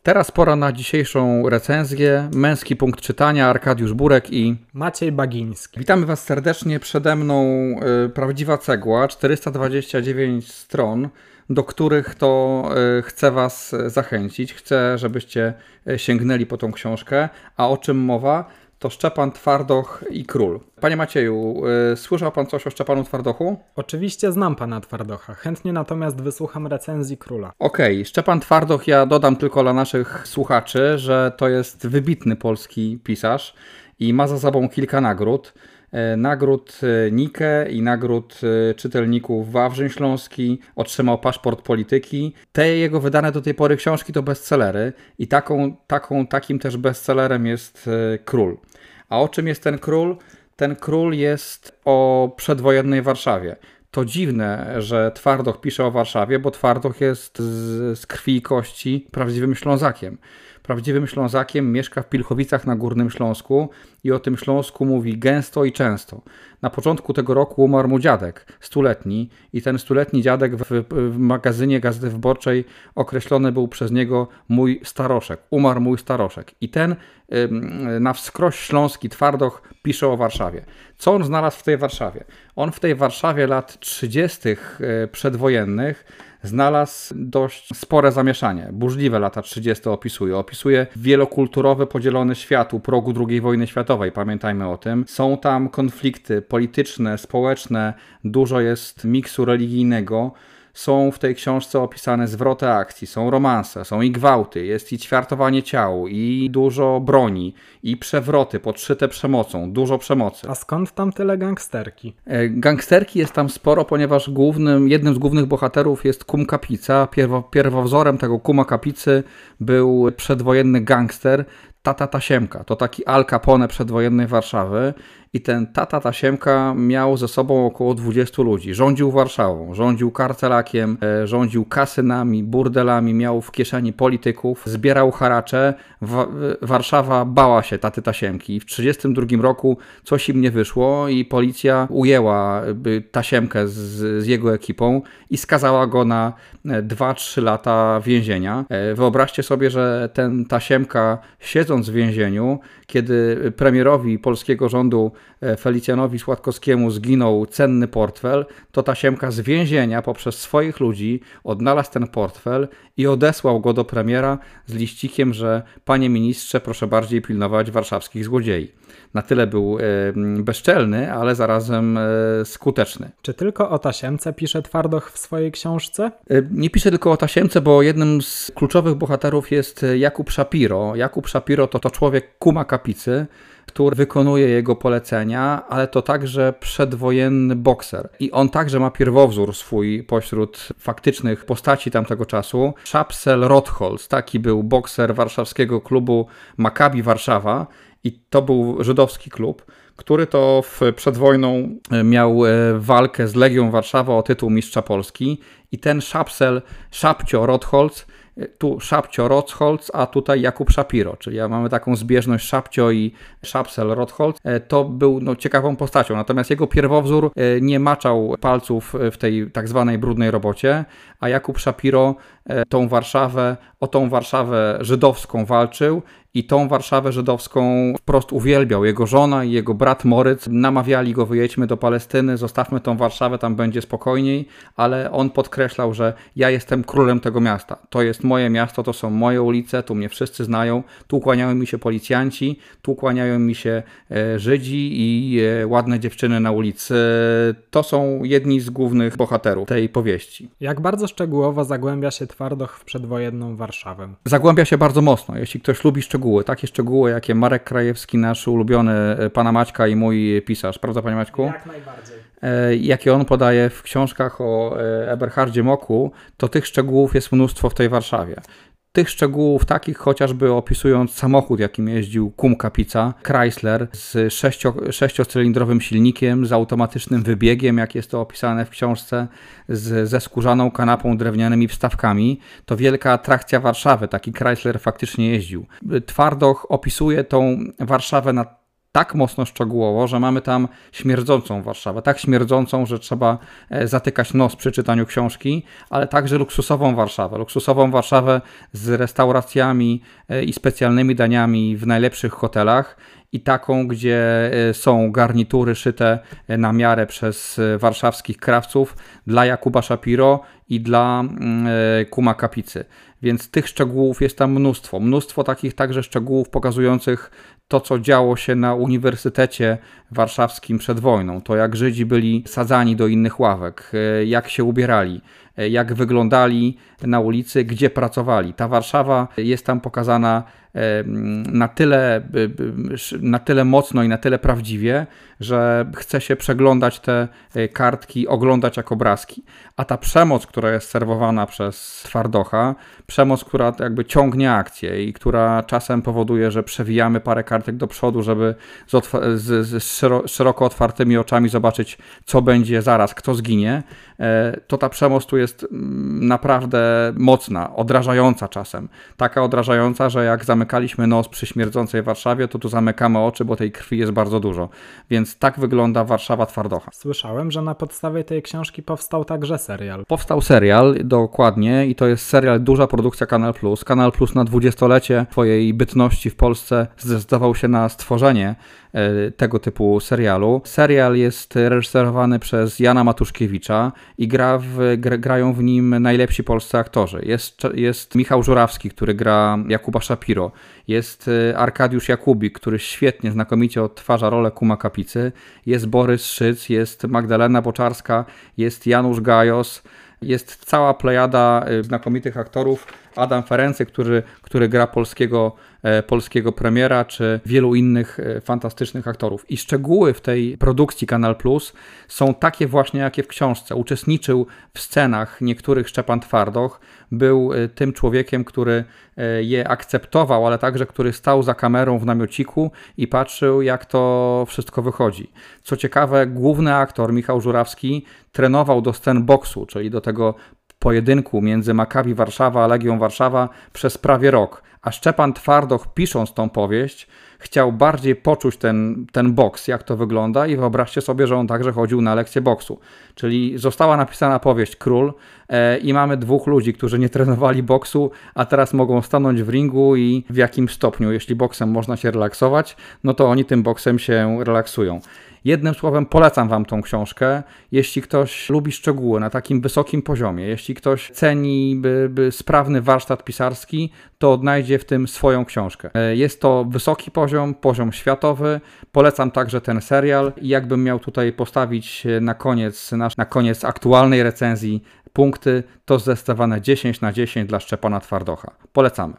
Teraz pora na dzisiejszą recenzję. Męski punkt czytania, Arkadiusz Burek i Maciej Bagiński. Witamy Was serdecznie. Przede mną prawdziwa cegła, 429 stron, do których to chcę Was zachęcić. Chcę, żebyście sięgnęli po tą książkę. A o czym mowa? To Szczepan Twardoch i Król. Panie Macieju, słyszał Pan coś o Szczepanu Twardochu? Oczywiście znam Pana Twardocha. Chętnie natomiast wysłucham recenzji Króla. Okej, Szczepan Twardoch, ja dodam tylko dla naszych słuchaczy, że to jest wybitny polski pisarz i ma za sobą kilka nagród. Nagród Nike i nagród czytelników Wawrzyń Śląski, otrzymał Paszport Polityki. Te jego wydane do tej pory książki to bestsellery i takim też bestsellerem jest Król. A o czym jest ten Król? Ten Król jest o przedwojennej Warszawie. To dziwne, że Twardoch pisze o Warszawie, bo Twardoch jest z krwi i kości prawdziwym Ślązakiem. Prawdziwym Ślązakiem, mieszka w Pilchowicach na Górnym Śląsku i o tym Śląsku mówi gęsto i często. Na początku tego roku umarł mu dziadek, 100-letni, i ten 100-letni dziadek w magazynie Gazety Wyborczej określony był przez niego mój staroszek. Umarł mój staroszek. I ten na wskroś śląski Twardoch pisze o Warszawie. Co on znalazł w tej Warszawie? On w tej Warszawie lat 30. przedwojennych znalazł dość spore zamieszanie. Burzliwe lata 30. Opisuje wielokulturowy, podzielony świat u progu II wojny światowej. Pamiętajmy o tym. Są tam konflikty polityczne, społeczne, dużo jest miksu religijnego. Są w tej książce opisane zwroty akcji, są romanse, są i gwałty, jest i ćwiartowanie ciał, i dużo broni, i przewroty podszyte przemocą, dużo przemocy. A skąd tam tyle gangsterki? Gangsterki jest tam sporo, ponieważ jednym z głównych bohaterów jest Kum Kapica. Pierwowzorem tego Kuma Kapicy był przedwojenny gangster Tata Tasiemka. To taki Al Capone przedwojennej Warszawy. I ten Tata Tasiemka miał ze sobą około 20 ludzi. Rządził Warszawą, rządził karcelakiem, rządził kasynami, burdelami, miał w kieszeni polityków, zbierał haracze. Warszawa bała się Taty Tasiemki. I w 1932 roku coś im nie wyszło i policja ujęła Tasiemkę z jego ekipą i skazała go na 2-3 lata więzienia. Wyobraźcie sobie, że ten Tasiemka, siedząc w więzieniu, kiedy premierowi polskiego rządu Felicjanowi Sładkowskiemu zginął cenny portfel, to Tasiemka z więzienia poprzez swoich ludzi odnalazł ten portfel i odesłał go do premiera z liścikiem, że panie ministrze, proszę bardziej pilnować warszawskich złodziei. Na tyle był bezczelny, ale zarazem skuteczny. Czy tylko o Tasiemce pisze Twardoch w swojej książce? Nie pisze tylko o Tasiemce, bo jednym z kluczowych bohaterów jest Jakub Szapiro. Jakub Szapiro to człowiek Kuma Kapicy, który wykonuje jego polecenia, ale to także przedwojenny bokser. I on także ma pierwowzór swój pośród faktycznych postaci tamtego czasu. Szapsel Rotholz, taki był bokser warszawskiego klubu Maccabi Warszawa i to był żydowski klub, który to przed wojną miał walkę z Legią Warszawa o tytuł mistrza Polski i ten Szapcio Rotholz, tu Szapcio Rotholz, a tutaj Jakub Szapiro, czyli mamy taką zbieżność Szapcio i Szapsel Rotholz. To był ciekawą postacią, natomiast jego pierwowzór nie maczał palców w tej tak zwanej brudnej robocie, a Jakub Szapiro o tą Warszawę żydowską walczył i tą Warszawę żydowską wprost uwielbiał. Jego żona i jego brat Moryc namawiali go: wyjedźmy do Palestyny, zostawmy tą Warszawę, tam będzie spokojniej, ale on podkreślał, że ja jestem królem tego miasta. To jest moje miasto, to są moje ulice, tu mnie wszyscy znają, tu kłaniają mi się policjanci, tu kłaniają mi się Żydzi i ładne dziewczyny na ulicy. To są jedni z głównych bohaterów tej powieści. Jak bardzo szczegółowo zagłębia się Twardoch w przedwojenną Warszawę? Zagłębia się bardzo mocno. Jeśli ktoś lubi szczegóły, takie szczegóły, jakie Marek Krajewski, nasz ulubiony, pana Maćka i mój pisarz, prawda panie Maćku? Jak najbardziej. Jakie on podaje w książkach o Eberhardzie Moku, to tych szczegółów jest mnóstwo w tej Warszawie. Tych szczegółów takich, chociażby opisując samochód, jakim jeździł Kum Kapica, Chrysler z sześciocylindrowym silnikiem, z automatycznym wybiegiem, jak jest to opisane w książce, ze skórzaną kanapą, drewnianymi wstawkami, to wielka atrakcja Warszawy. Taki Chrysler faktycznie jeździł. Twardoch opisuje tą Warszawę na tak mocno szczegółowo, że mamy tam śmierdzącą Warszawę, tak śmierdzącą, że trzeba zatykać nos przy czytaniu książki, ale także luksusową Warszawę z restauracjami i specjalnymi daniami w najlepszych hotelach i taką, gdzie są garnitury szyte na miarę przez warszawskich krawców dla Jakuba Szapiro i dla Kuma Kapicy. Więc tych szczegółów jest tam mnóstwo. Mnóstwo takich także szczegółów pokazujących to, co działo się na Uniwersytecie Warszawskim przed wojną. To jak Żydzi byli sadzani do innych ławek, jak się ubierali, jak wyglądali na ulicy, gdzie pracowali. Ta Warszawa jest tam pokazana na tyle mocno i na tyle prawdziwie, że chce się przeglądać te kartki, oglądać jak obrazki. A ta przemoc, która jest serwowana przez Twardocha, przemoc, która jakby ciągnie akcję i która czasem powoduje, że przewijamy parę kartek do przodu, żeby z szeroko otwartymi oczami zobaczyć, co będzie zaraz, kto zginie, to ta przemoc tu jest naprawdę mocna, odrażająca czasem. Taka odrażająca, że jak zamykaliśmy nos przy śmierdzącej Warszawie, to tu zamykamy oczy, bo tej krwi jest bardzo dużo. Więc tak wygląda Warszawa Twardocha. Słyszałem, że na podstawie tej książki powstał także serial. Powstał serial, dokładnie, i to jest serial, duża produkcja Kanal Plus. Kanal Plus na 20-lecie swojej bytności w Polsce zdecydował się na stworzenie tego typu serialu. Serial jest reżyserowany przez Jana Matuszkiewicza i grają w nim najlepsi polscy aktorzy. Jest Michał Żurawski, który gra Jakuba Szapiro. Jest Arkadiusz Jakubik, który świetnie, znakomicie odtwarza rolę Kuma Kapicy. Jest Borys Szyc, jest Magdalena Boczarska, jest Janusz Gajos. Jest cała plejada znakomitych aktorów. Adam Ferency, który gra polskiego premiera, czy wielu innych fantastycznych aktorów. I szczegóły w tej produkcji Kanal Plus są takie właśnie, jakie w książce. Uczestniczył w scenach niektórych Szczepan Twardoch. Był tym człowiekiem, który je akceptował, ale także który stał za kamerą w namiociku i patrzył, jak to wszystko wychodzi. Co ciekawe, główny aktor Michał Żurawski trenował do scen boksu, czyli do tego pojedynku między Maccabi Warszawa a Legią Warszawa przez prawie rok. A Szczepan Twardoch, pisząc tą powieść, chciał bardziej poczuć ten boks, jak to wygląda, i wyobraźcie sobie, że on także chodził na lekcje boksu. Czyli została napisana powieść Król i mamy dwóch ludzi, którzy nie trenowali boksu, a teraz mogą stanąć w ringu i w jakim stopniu, jeśli boksem można się relaksować, no to oni tym boksem się relaksują. Jednym słowem polecam Wam tą książkę, jeśli ktoś lubi szczegóły na takim wysokim poziomie, jeśli ktoś ceni sprawny warsztat pisarski, to odnajdzie w tym swoją książkę. Jest to wysoki poziom światowy, polecam także ten serial i jakbym miał tutaj postawić na koniec aktualnej recenzji punkty, to zdecydowane 10/10 dla Szczepana Twardocha. Polecamy.